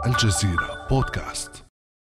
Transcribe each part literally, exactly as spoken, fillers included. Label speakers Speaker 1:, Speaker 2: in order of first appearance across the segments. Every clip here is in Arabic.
Speaker 1: الجزيرة بودكاست.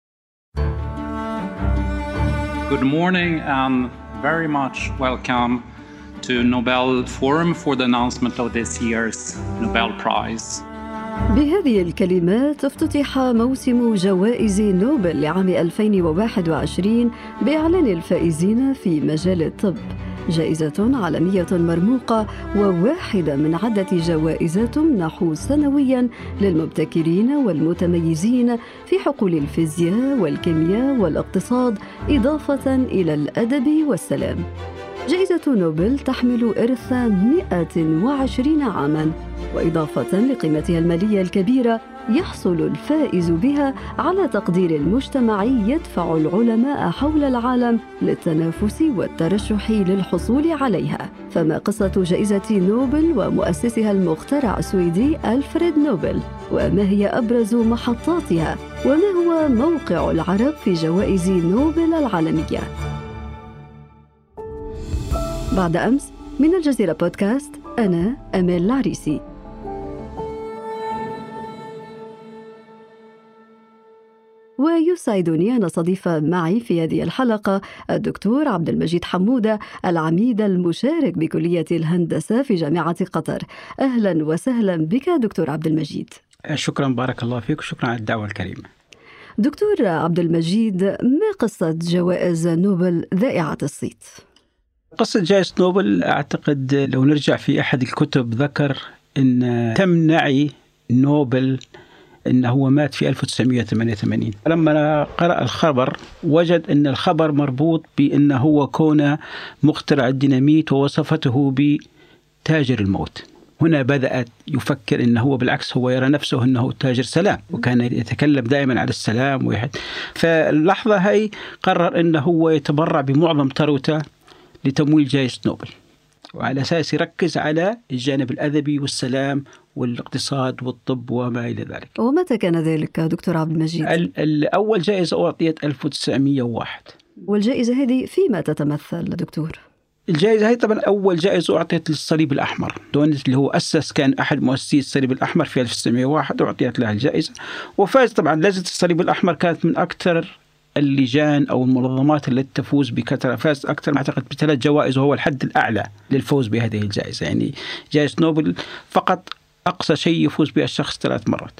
Speaker 2: Good morning and very much welcome to Nobel Forum for the announcement of this year's Nobel Prize.
Speaker 3: بهذه الكلمات افتتح موسم جوائز نوبل لعام ألفين وواحد وعشرين بإعلان الفائزين في مجال الطب، جائزة عالمية مرموقة وواحدة من عدة جوائز تمنح سنوياً للمبتكرين والمتميزين في حقول الفيزياء والكيمياء والاقتصاد، إضافة إلى الأدب والسلام. جائزة نوبل تحمل إرث مئة وعشرين عاماً، وإضافة لقيمتها المالية الكبيرة يحصل الفائز بها على تقدير مجتمعي يدفع العلماء حول العالم للتنافس والترشح للحصول عليها. فما قصة جائزة نوبل ومؤسسها المخترع السويدي ألفريد نوبل؟ وما هي أبرز محطاتها؟ وما هو موقع العرب في جوائز نوبل العالمية؟ بعد أمس من الجزيرة بودكاست، أنا أمال العريسي. ويسعدني أن أستضيف معي في هذه الحلقة الدكتور عبد المجيد حمودة، العميد المشارك بكلية الهندسة في جامعة قطر. أهلا وسهلا بك دكتور عبد المجيد.
Speaker 4: شكرا، بارك الله فيك، وشكرا على الدعوة الكريمة.
Speaker 3: دكتور عبد المجيد، ما قصة جوائز نوبل ذائعة الصيت؟
Speaker 4: قصة جائزة نوبل أعتقد لو نرجع في أحد الكتب ذكر أن تم نعي نوبل أنه هو مات في ألف وتسعمائة وثمانية وثمانين. لما قرأ الخبر وجد أن الخبر مربوط بأنه هو كون مخترع الديناميت ووصفته بتاجر الموت. هنا بدأت يفكر أنه هو بالعكس هو يرى نفسه أنه تاجر سلام، وكان يتكلم دائما على السلام ويحد. فاللحظة هي قرر أنه هو يتبرع بمعظم ثروته لتمويل جائزة نوبل، وعلى أساس يركز على الجانب الأدبي والسلام والاقتصاد والطب وما إلى ذلك.
Speaker 3: ومتى كان ذلك دكتور عبد المجيد؟
Speaker 4: الأول جائزة أعطيت ألف وتسعمائة وواحد.
Speaker 3: والجائزة هذه فيما تتمثل دكتور؟
Speaker 4: الجائزة هي طبعا أول جائزة أعطيت للصليب الأحمر، دونت اللي هو أسس كان أحد مؤسسي الصليب الأحمر في ألف وتسعمائة وواحد، وأعطيت له الجائزة وفاز. طبعا لجنة الصليب الأحمر كانت من أكثر اللجان أو المنظمات التي تفوز بكثرة، فاز أكثر أعتقد بثلاث جوائز، وهو الحد الأعلى للفوز بهذه الجائزة. يعني جائزة نوبل فقط أقصى شيء يفوز بها الشخص ثلاث مرات.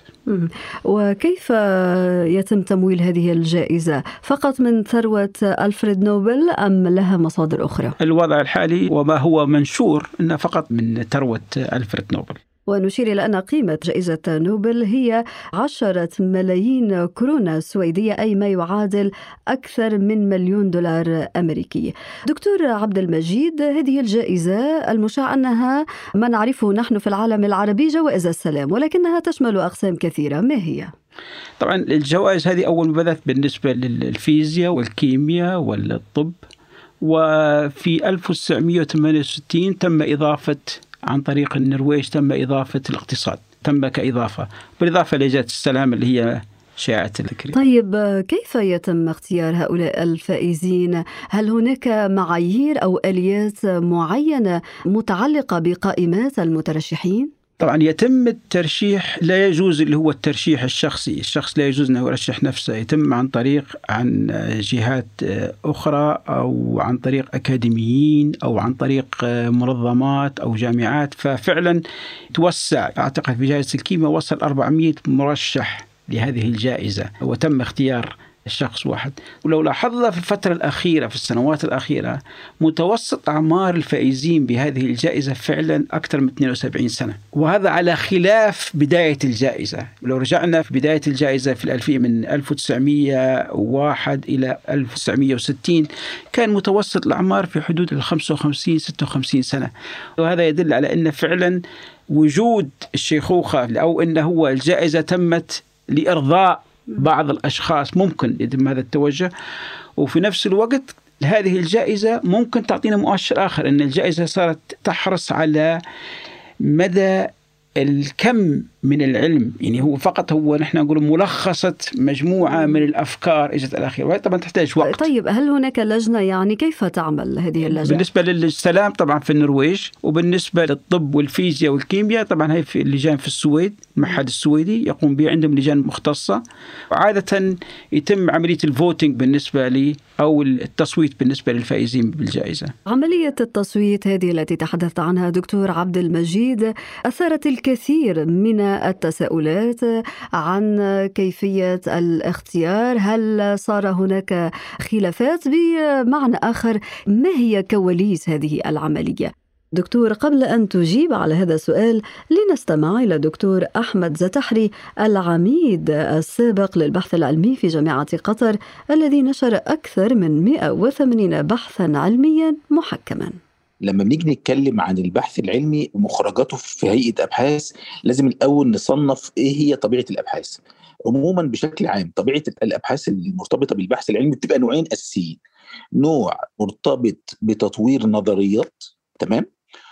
Speaker 3: وكيف يتم تمويل هذه الجائزة؟ فقط من ثروة ألفريد نوبل أم لها مصادر أخرى؟
Speaker 4: الوضع الحالي وما هو منشور أنه فقط من ثروة ألفريد نوبل.
Speaker 3: ونشير إلى أن قيمة جائزة نوبل هي عشرة ملايين كورونا سويدية، أي ما يعادل أكثر من مليون دولار أمريكي. دكتور عبد المجيد، هذه الجائزة المشاع أنها ما نعرفه نحن في العالم العربي جوائز السلام، ولكنها تشمل أقسام كثيرة، ما هي؟
Speaker 4: طبعا الجوائز هذه أول ما بدأت بالنسبة للفيزياء والكيمياء والطب، وفي ألف وتسعمائة وثمانية وستين تم إضافة عن طريق النرويج تم إضافة الاقتصاد، تم كإضافة بالإضافة لجائزة السلام اللي هي شائعة الذكر.
Speaker 3: طيب كيف يتم اختيار هؤلاء الفائزين؟ هل هناك معايير أو آليات معينة متعلقة بقائمات المترشحين؟
Speaker 4: طبعا يتم الترشيح، لا يجوز اللي هو الترشيح الشخصي، الشخص لا يجوز أنه يرشح نفسه، يتم عن طريق عن جهات أخرى أو عن طريق أكاديميين أو عن طريق منظمات أو جامعات. ففعلا توسع، أعتقد في جائزة الكيمياء وصل أربعمائة مرشح لهذه الجائزة، وتم اختيار الشخص واحد. ولو لاحظنا في الفترة الأخيرة في السنوات الأخيرة متوسط أعمار الفائزين بهذه الجائزة فعلا أكثر من اثنين وسبعين سنة، وهذا على خلاف بداية الجائزة. لو رجعنا في بداية الجائزة في الألفية من ألف وتسعمائة وواحد إلى ألف وتسعمائة وستين كان متوسط الأعمار في حدود الخمسة وخمسين ستة وخمسين سنة، وهذا يدل على أن فعلا وجود الشيخوخة أو أنه هو الجائزة تمت لإرضاء بعض الأشخاص، ممكن يتم هذا التوجه. وفي نفس الوقت هذه الجائزة ممكن تعطينا مؤشر آخر، أن الجائزة صارت تحرص على مدى الكم من العلم، يعني هو فقط هو نحن نقول ملخصة مجموعة من الأفكار إجت الأخير، وهي طبعا تحتاج وقت.
Speaker 3: طيب هل هناك لجنة، يعني كيف تعمل هذه اللجنة؟
Speaker 4: بالنسبة للسلام طبعا في النرويج، وبالنسبة للطب والفيزياء والكيمياء طبعا هي في اللجان في السويد، المعهد السويدي يقوم به، عندهم لجان مختصة. وعادة يتم عملية الفوتينج بالنسبة لي أو التصويت بالنسبة للفائزين بالجائزة.
Speaker 3: عملية التصويت هذه التي تحدثت عنها دكتور عبد المجيد أثارت الكثير من التساؤلات عن كيفية الاختيار. هل صار هناك خلافات؟ بمعنى آخر، ما هي كواليس هذه العملية؟ دكتور، قبل أن تجيب على هذا السؤال لنستمع إلى دكتور أحمد زتحري العميد السابق للبحث العلمي في جامعة قطر، الذي نشر أكثر من مئة وثمانين بحثا علميا محكما.
Speaker 5: لما بنيجي نتكلم عن البحث العلمي ومخرجاته في هيئة أبحاث، لازم الأول نصنف إيه هي طبيعة الأبحاث. عموما بشكل عام طبيعة الأبحاث المرتبطة بالبحث العلمي بتبقى نوعين أساسيين: نوع مرتبط بتطوير نظريات، تمام،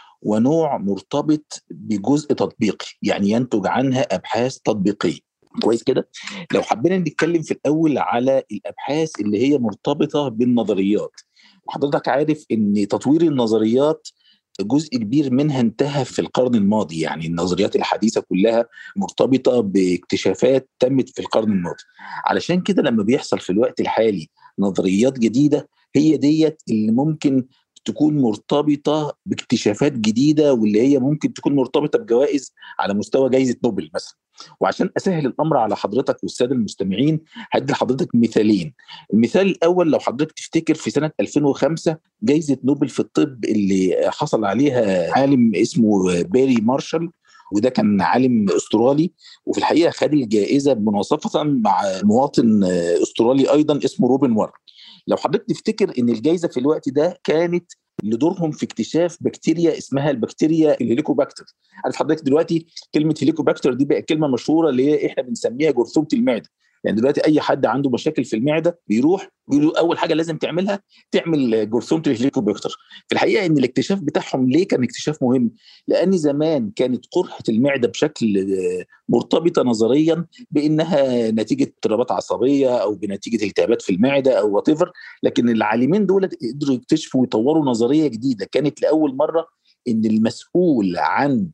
Speaker 5: ونوع مرتبط بجزء تطبيقي، يعني ينتج عنها أبحاث تطبيقية. كويس كده؟ لو حبينا نتكلم في الأول على الأبحاث اللي هي مرتبطة بالنظريات، حضرتك عارف إن تطوير النظريات جزء كبير منها انتهى في القرن الماضي، يعني النظريات الحديثة كلها مرتبطة باكتشافات تمت في القرن الماضي. علشان كده لما بيحصل في الوقت الحالي نظريات جديدة، هي ديت اللي ممكن تكون مرتبطة باكتشافات جديدة، واللي هي ممكن تكون مرتبطة بجوائز على مستوى جائزة نوبل مثلا. وعشان أسهل الأمر على حضرتك والسادة المستمعين، هدي لحضرتك مثالين. المثال الأول، لو حضرتك تفتكر في سنة ألفين وخمسة جائزة نوبل في الطب اللي حصل عليها عالم اسمه باري مارشال، وده كان عالم أسترالي، وفي الحقيقة خد الجائزة مناصفة مع مواطن أسترالي أيضا اسمه روبن وار. لو حضرتك تفتكر ان الجائزه في الوقت ده كانت لدورهم في اكتشاف بكتيريا اسمها البكتيريا الهيليكوباكتر. عارف حضرتك دلوقتي كلمه هيليكوباكتر دي بقى كلمه مشهوره، اللي هي احنا بنسميها جرثومه المعده. يعني دلوقتي اي حد عنده مشاكل في المعده بيروح بيقولوا اول حاجه لازم تعملها تعمل جرثومه الهيليكوباكتر. في الحقيقه ان الاكتشاف بتاعهم ليه كان اكتشاف مهم؟ لان زمان كانت قرحه المعده بشكل مرتبطه نظريا بانها نتيجه اضطرابات عصبيه او بنتيجه التهابات في المعده او وات ايفر، لكن العالمين دول قدروا يكتشفوا ويطوروا نظريه جديده كانت لاول مره ان المسؤول عن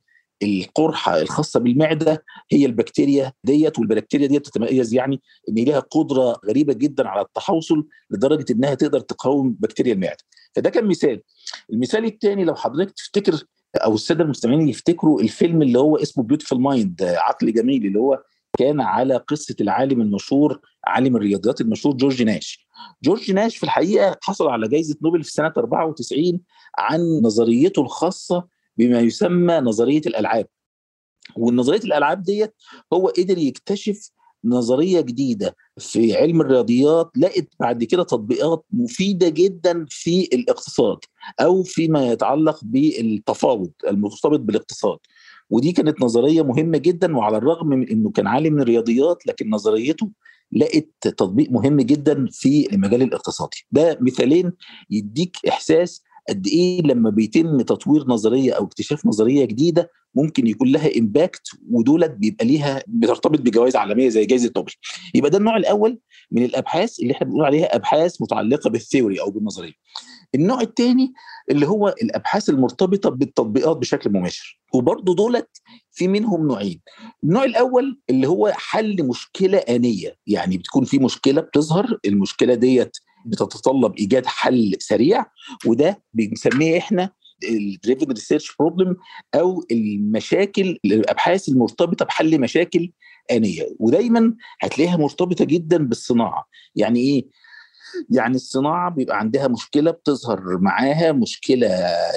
Speaker 5: القرحة الخاصة بالمعدة هي البكتيريا ديت. والبكتيريا ديت تتميز يعني ان لها قدرة غريبة جدا على التحوصل لدرجة انها تقدر تقاوم بكتيريا المعدة. فده كان مثال. المثال الثاني، لو حضرتك تفتكر او السادة المستمعين يفتكروا الفيلم اللي هو اسمه بيوتيفول مايند، عقل جميل، اللي هو كان على قصة العالم المشهور، عالم الرياضيات المشهور جورج ناش. جورج ناش في الحقيقة حصل على جائزة نوبل في سنة أربعة وتسعين عن نظريته الخاصة بما يسمى نظرية الألعاب. والنظرية الألعاب ديت هو قدر يكتشف نظرية جديدة في علم الرياضيات لقت بعد كده تطبيقات مفيدة جدا في الاقتصاد أو فيما يتعلق بالتفاوض المرتبط بالاقتصاد. ودي كانت نظرية مهمة جدا، وعلى الرغم من أنه كان عالم من الرياضيات لكن نظريته لقت تطبيق مهم جدا في المجال الاقتصادي. ده مثالين يديك إحساس قد إيه لما بيتم تطوير نظرية أو اكتشاف نظرية جديدة ممكن يكون لها إمباكت، ودولت بيبقى ليها بترتبط بجوائز عالمية زي جائزة نوبل. يبقى ده النوع الأول من الأبحاث اللي احنا بنقول عليها أبحاث متعلقة بالثيوري أو بالنظرية. النوع الثاني اللي هو الأبحاث المرتبطة بالتطبيقات بشكل مباشر، وبرضه دولت في منهم نوعين. النوع الأول اللي هو حل مشكلة آنية، يعني بتكون في مشكلة بتظهر، المشكلة ديت بتتطلب إيجاد حل سريع، وده بنسميه إحنا الدريفن ريسيرش بروبلم أو المشاكل الأبحاث المرتبطة بحل مشاكل آنية. ودايما هتلاقيها مرتبطة جدا بالصناعة. يعني إيه؟ يعني الصناعة بيبقى عندها مشكلة بتظهر معاها مشكلة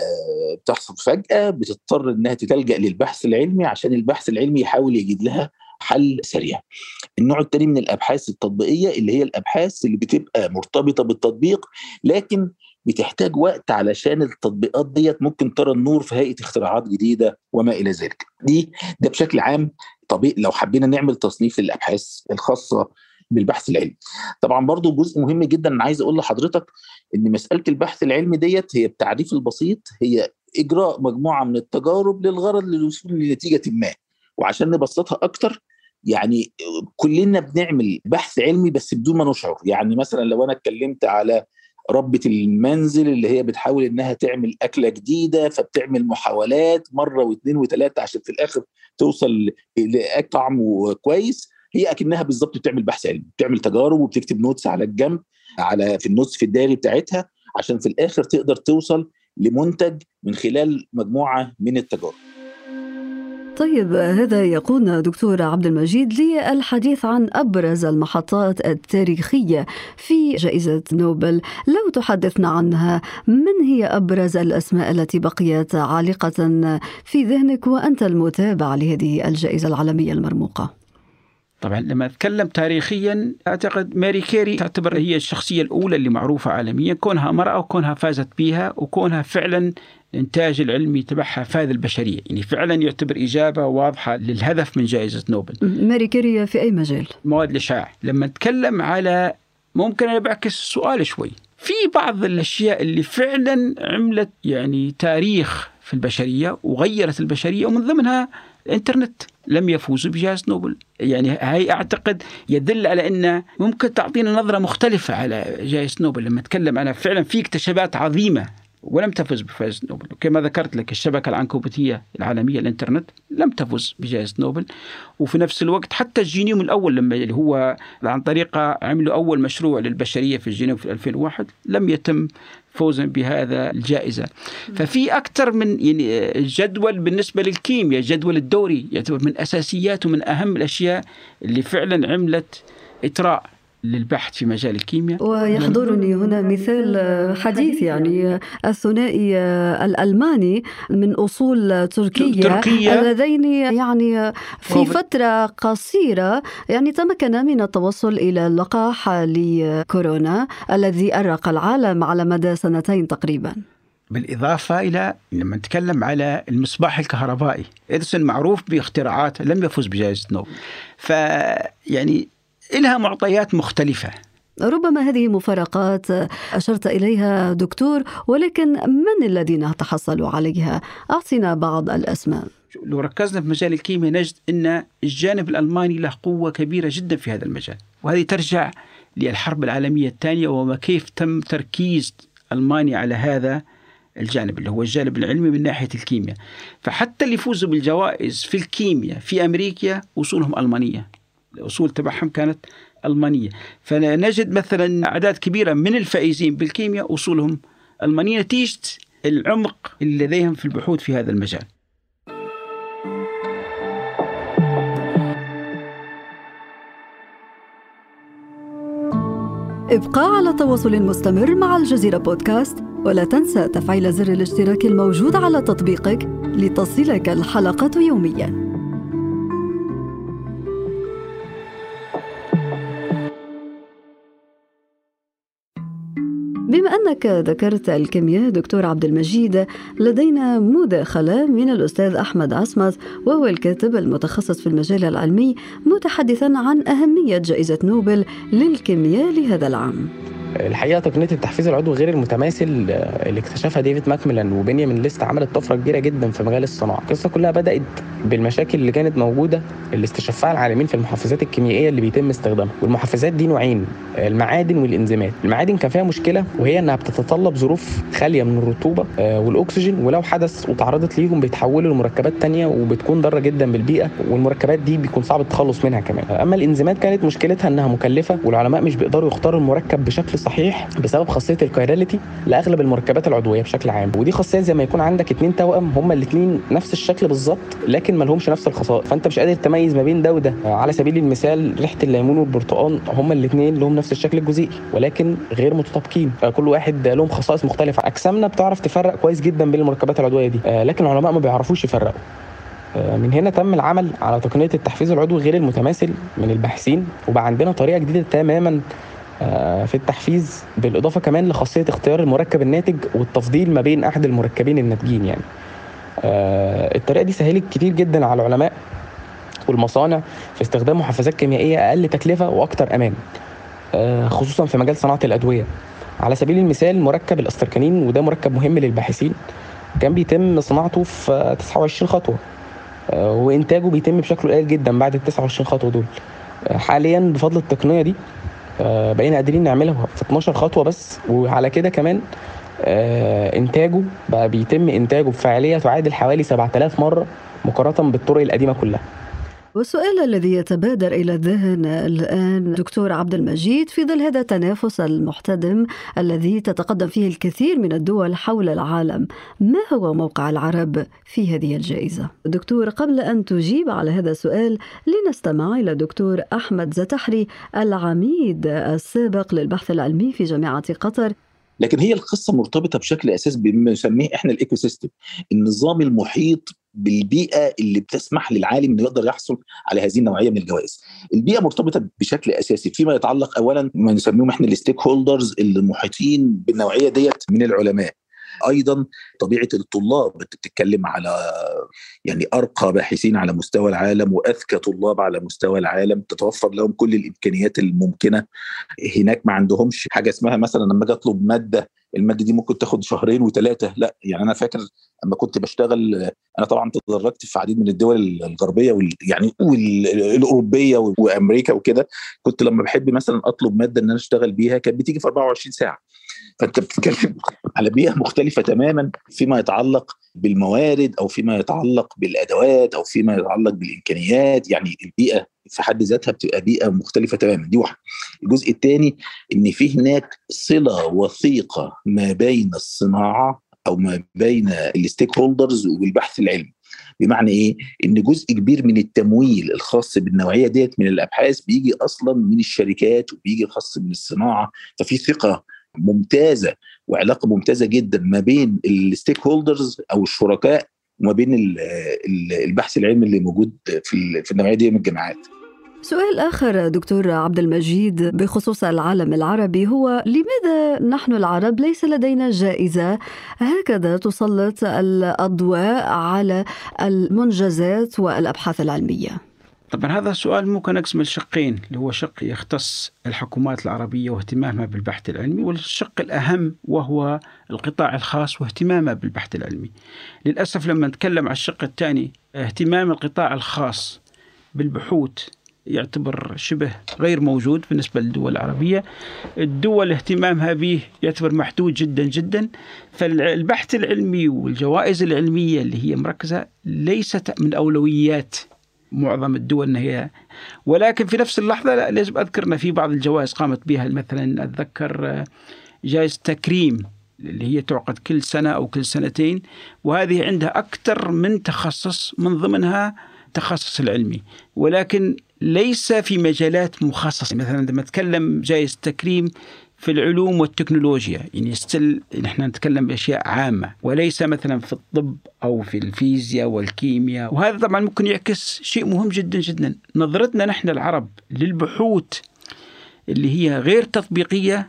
Speaker 5: بتحصل فجأة، بتضطر إنها تلجأ للبحث العلمي عشان البحث العلمي يحاول يجد لها حل سريع. النوع الثاني من الأبحاث التطبيقية اللي هي الأبحاث اللي بتبقى مرتبطة بالتطبيق لكن بتحتاج وقت علشان التطبيقات ديت ممكن ترى النور في هيئة اختراعات جديدة وما إلى ذلك. دي ده بشكل عام طبيعي لو حبينا نعمل تصنيف للأبحاث الخاصة بالبحث العلمي. طبعا برضو جزء مهم جدا أنا عايز أقول لحضرتك إن مسألة البحث العلمي ديت هي التعريف البسيط هي إجراء مجموعة من التجارب للغرض للوصول لنتيجة ما. وعشان نبسطها اكتر، يعني كلنا بنعمل بحث علمي بس بدون ما نشعر. يعني مثلا لو انا اتكلمت على ربة المنزل اللي هي بتحاول انها تعمل اكلة جديدة، فبتعمل محاولات مرة واثنين وثلاثة عشان في الاخر توصل لاكل طعمه كويس، هي اكنها بالظبط بتعمل بحث علمي، بتعمل تجارب وبتكتب نوتس على الجنب، على في النوتس في الدايري بتاعتها، عشان في الاخر تقدر توصل لمنتج من خلال مجموعة من التجارب.
Speaker 3: طيب، هذا يقودنا دكتور عبد المجيد للحديث عن أبرز المحطات التاريخية في جائزة نوبل. لو تحدثنا عنها، من هي أبرز الأسماء التي بقيت عالقة في ذهنك وأنت المتابع لهذه الجائزة العالمية المرموقة؟
Speaker 4: طبعا لما أتكلم تاريخيا، أعتقد ماري كيري تعتبر هي الشخصية الأولى اللي معروفة عالميا، كونها مرأة وكونها فازت بها وكونها فعلا الإنتاج العلمي تبعها فاد البشرية، يعني فعلا يعتبر إجابة واضحة للهدف من جائزة نوبل.
Speaker 3: ماري كيري في أي مجال؟
Speaker 4: مواد الإشعاع. لما نتكلم على، ممكن أنا بعكس السؤال شوي، في بعض الأشياء اللي فعلا عملت يعني تاريخ في البشرية وغيرت البشرية، ومن ضمنها الإنترنت، لم يفوزوا بجائزة نوبل. يعني هاي أعتقد يدل على أنه ممكن تعطينا نظرة مختلفة على جائزة نوبل. لما نتكلم أنا فعلا في اكتشافات عظيمة ولم تفز بجائزة نوبل، كما ذكرت لك الشبكة العنكبوتية العالمية الإنترنت لم تفز بجائزة نوبل، وفي نفس الوقت حتى الجينيوم الأول لما اللي هو عن طريقة عملوا أول مشروع للبشرية في الجينيوم في ألفين وواحد لم يتم فوزا بهذا الجائزة. ففي أكثر من يعني جدول بالنسبة للكيمياء، جدول الدوري يعتبر من أساسيات ومن أهم الأشياء اللي فعلا عملت إطراء للبحث في مجال الكيمياء.
Speaker 3: ويحضرني هنا مثال حديث، يعني الثنائي الألماني من أصول تركية, تركية اللذين يعني في فترة قصيرة يعني تمكن من التوصل إلى اللقاح لكورونا الذي أرق العالم على مدى سنتين تقريبا.
Speaker 4: بالإضافة إلى لما نتكلم على المصباح الكهربائي، إديسون معروف باختراعات لم يفوز بجائزة نوبل، فيعني إلها معطيات مختلفة.
Speaker 3: ربما هذه مفارقات أشرت إليها دكتور، ولكن من الذين تحصلوا عليها؟ أعطينا بعض الأسماء.
Speaker 4: لو ركزنا في مجال الكيمياء نجد أن الجانب الألماني له قوة كبيرة جدا في هذا المجال، وهذه ترجع للحرب العالمية الثانية وما كيف تم تركيز ألمانيا على هذا الجانب اللي هو الجانب العلمي من ناحية الكيمياء. فحتى اللي فوزوا بالجوائز في الكيمياء في أمريكا أصولهم ألمانية، الأصول تبعهم كانت ألمانية. فنجد مثلا أعداد كبيرة من الفائزين بالكيمياء أصولهم ألمانية نتيجة العمق اللي لديهم في البحوث في هذا المجال.
Speaker 3: ابقى على تواصل مستمر مع الجزيرة بودكاست، ولا تنسى تفعيل زر الاشتراك الموجود على تطبيقك لتصلك الحلقة يومياً. بما أنك ذكرت الكيمياء دكتور عبد المجيد، لدينا مداخلة من الأستاذ أحمد عصمت، وهو الكاتب المتخصص في المجال العلمي، متحدثا عن أهمية جائزة نوبل للكيمياء لهذا العام.
Speaker 6: الحقيقة تقنية التحفيز العضوي غير المتماثل اللي اكتشفها ديفيد ماكميلان وبنيامين ليست عملت طفرة كبيرة جدا في مجال الصناعة. القصة كلها بدأت بالمشاكل اللي كانت موجودة اللي استشفاها العالمين في المحفزات الكيميائية اللي بيتم استخدامها. والمحفزات دي نوعين، المعادن والإنزيمات. المعادن كان فيها مشكلة وهي أنها بتتطلب ظروف خالية من الرطوبة والأكسجين، ولو حدث وتعرضت ليهم بيتحولوا لمركبات تانية وبتكون ضارة جدا بالبيئة، والمركبات دي بيكون صعب التخلص منها كمان. أما الإنزيمات كانت مشكلتها أنها مكلفة، والعلماء مش بيقدروا يختاروا المركب بشكل صحيح بسبب خاصيه الكايراليتي لاغلب المركبات العضويه بشكل عام. ودي خاصيه زي ما يكون عندك اتنين توأم هما الاثنين نفس الشكل بالظبط لكن ما لهمش نفس الخصائص، فانت مش قادر تميز ما بين ده وده. على سبيل المثال ريحه الليمون والبرتقال هما الاثنين لهم نفس الشكل الجزيئي ولكن غير متطابقين، كل واحد لهم خصائص مختلفه. اجسامنا بتعرف تفرق كويس جدا بين المركبات العضويه دي، لكن العلماء ما بيعرفوش يفرقوا. من هنا تم العمل على تقنيه التحفيز العضوي غير المتماثل من الباحثين، وبقى عندنا طريقه جديده تماما في التحفيز، بالإضافة كمان لخاصية اختيار المركب الناتج والتفضيل ما بين أحد المركبين الناتجين. يعني الطريقة دي سهلت كتير جدا على العلماء والمصانع في استخدام محفزات كيميائية أقل تكلفة وأكثر أمان، خصوصا في مجال صناعة الأدوية. على سبيل المثال مركب الأستركانين، وده مركب مهم للباحثين، كان بيتم صناعته في تسعة وعشرين خطوة، وإنتاجه بيتم بشكل قليل جدا بعد ال تسعة وعشرين خطوة دول. حاليا بفضل التقنية دي بقينا قادرين نعملها في اتناشر خطوة بس، وعلى كده كمان إنتاجه بقى بيتم إنتاجه بفاعلية تعادل حوالي سبعة آلاف مرة مقارنة بالطرق القديمة كلها.
Speaker 3: والسؤال الذي يتبادر إلى الذهن الآن دكتور عبد المجيد، في ظل هذا التنافس المحتدم الذي تتقدم فيه الكثير من الدول حول العالم، ما هو موقع العرب في هذه الجائزة؟ دكتور، قبل أن تجيب على هذا السؤال لنستمع إلى دكتور أحمد زتحري العميد السابق للبحث العلمي في جامعة قطر.
Speaker 5: لكن هي القصة مرتبطة بشكل أساس بما نسميه إحنا الإيكو سيستم، النظام المحيط بالبيئة اللي بتسمح للعالم إنه يقدر يحصل على هذه النوعية من الجوائز. البيئة مرتبطة بشكل أساسي فيما يتعلق أولا ما نسميهم إحنا الستيك هولدرز المحيطين بالنوعية ديت من العلماء. أيضا طبيعة الطلاب، بتتكلم على يعني أرقى باحثين على مستوى العالم وأذكى طلاب على مستوى العالم، تتوفر لهم كل الإمكانيات الممكنة. هناك ما عندهمش حاجة اسمها مثلا لما أجي أطلب مادة، المادة دي ممكن تاخد شهرين وثلاثة، لا. يعني أنا فاكر لما كنت بشتغل، أنا طبعا تدرجت في عديد من الدول الغربية وال يعني والأوروبية وأمريكا وكده، كنت لما بحب مثلا أطلب مادة إن أنا أشتغل بيها كانت بتيجي في أربعة وعشرين ساعة. فأنت بتتكلم على بيئة مختلفة تماما فيما يتعلق بالموارد أو فيما يتعلق بالأدوات أو فيما يتعلق بالإمكانيات. يعني البيئة في حد ذاتها بتبقى بيئة مختلفة تماما. دي واحد. الجزء الثاني إن في هناك صلة وثيقة ما بين الصناعة أو ما بين الستيك هولدرز والبحث العلمي. بمعنى إيه؟ إن جزء كبير من التمويل الخاص بالنوعية ديت من الأبحاث بيجي أصلا من الشركات وبيجي خاص من الصناعة. ففي ثقة ممتازة وعلاقة ممتازة جدا ما بين الستيك هولدرز أو الشركاء وما بين البحث العلمي اللي موجود في النوعية دي من الجامعات.
Speaker 3: سؤال آخر دكتور عبد المجيد بخصوص العالم العربي هو لماذا نحن العرب ليس لدينا جائزة هكذا تسلط الأضواء على المنجزات والأبحاث العلمية؟
Speaker 4: طبعا هذا السؤال ممكن نقسم الشقين، اللي هو شق يختص الحكومات العربية واهتمامها بالبحث العلمي، والشق الأهم وهو القطاع الخاص واهتمامه بالبحث العلمي. للأسف لما نتكلم عن الشق الثاني، اهتمام القطاع الخاص بالبحوث يعتبر شبه غير موجود بالنسبة للدول العربية. الدول اهتمامها به يعتبر محدود جدا جدا. فالبحث العلمي والجوائز العلمية اللي هي مركزة ليست من أولويات معظم الدول إن هي، ولكن في نفس اللحظة لازم أذكر أن في بعض الجوائز قامت بها. مثلا أتذكر جائزة تكريم اللي هي تعقد كل سنة أو كل سنتين، وهذه عندها أكثر من تخصص، من ضمنها تخصص العلمي، ولكن ليس في مجالات مخصصة. مثلا لما نتكلم جائزة تكريم في العلوم والتكنولوجيا، يعني يستل نحن نتكلم بأشياء عامة، وليس مثلا في الطب أو في الفيزياء والكيمياء. وهذا طبعا ممكن يعكس شيء مهم جدا جدا، نظرتنا نحن العرب للبحوث اللي هي غير تطبيقية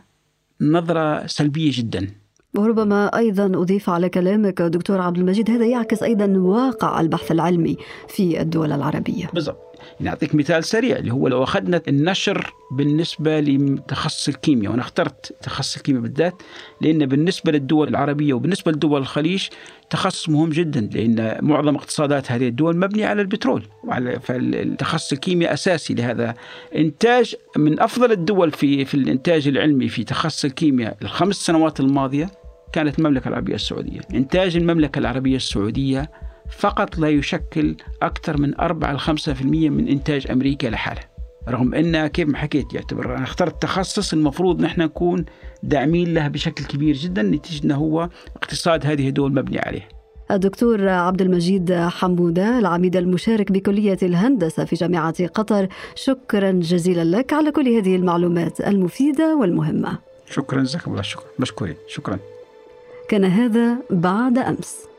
Speaker 4: نظرة سلبية جدا.
Speaker 3: وربما أيضا أضيف على كلامك دكتور عبد المجيد، هذا يعكس أيضا واقع البحث العلمي في الدول العربية.
Speaker 4: بالضبط. نعطيك مثال سريع، اللي هو لو أخذنا النشر بالنسبة لتخصص الكيمياء، وأنا اخترت تخصص الكيمياء بالذات لأن بالنسبة للدول العربية وبالنسبة لدول الخليج تخصص مهم جدا، لأن معظم اقتصادات هذه الدول مبنية على البترول، وعلى فالتخصص الكيمياء أساسي. لهذا إنتاج من أفضل الدول في في الإنتاج العلمي في تخصص الكيمياء الخمس سنوات الماضية كانت المملكة العربية السعودية. إنتاج المملكة العربية السعودية فقط لا يشكل أكثر من أربعة إلى خمسة بالمئة من إنتاج أمريكا لحالها، رغم أن كيف ما حكيت يعتبر أنا اخترت تخصص المفروض نحن نكون داعمين له بشكل كبير جدا، نتيجة أنه هو اقتصاد هذه الدول مبني عليه.
Speaker 3: الدكتور عبد المجيد حمودة العميد المشارك بكلية الهندسة في جامعة قطر، شكرا جزيلا لك على كل هذه المعلومات المفيدة والمهمة.
Speaker 4: شكرا جزاكم الله. شكرا مشكورين. شكرا.
Speaker 3: كان هذا بعد أمس.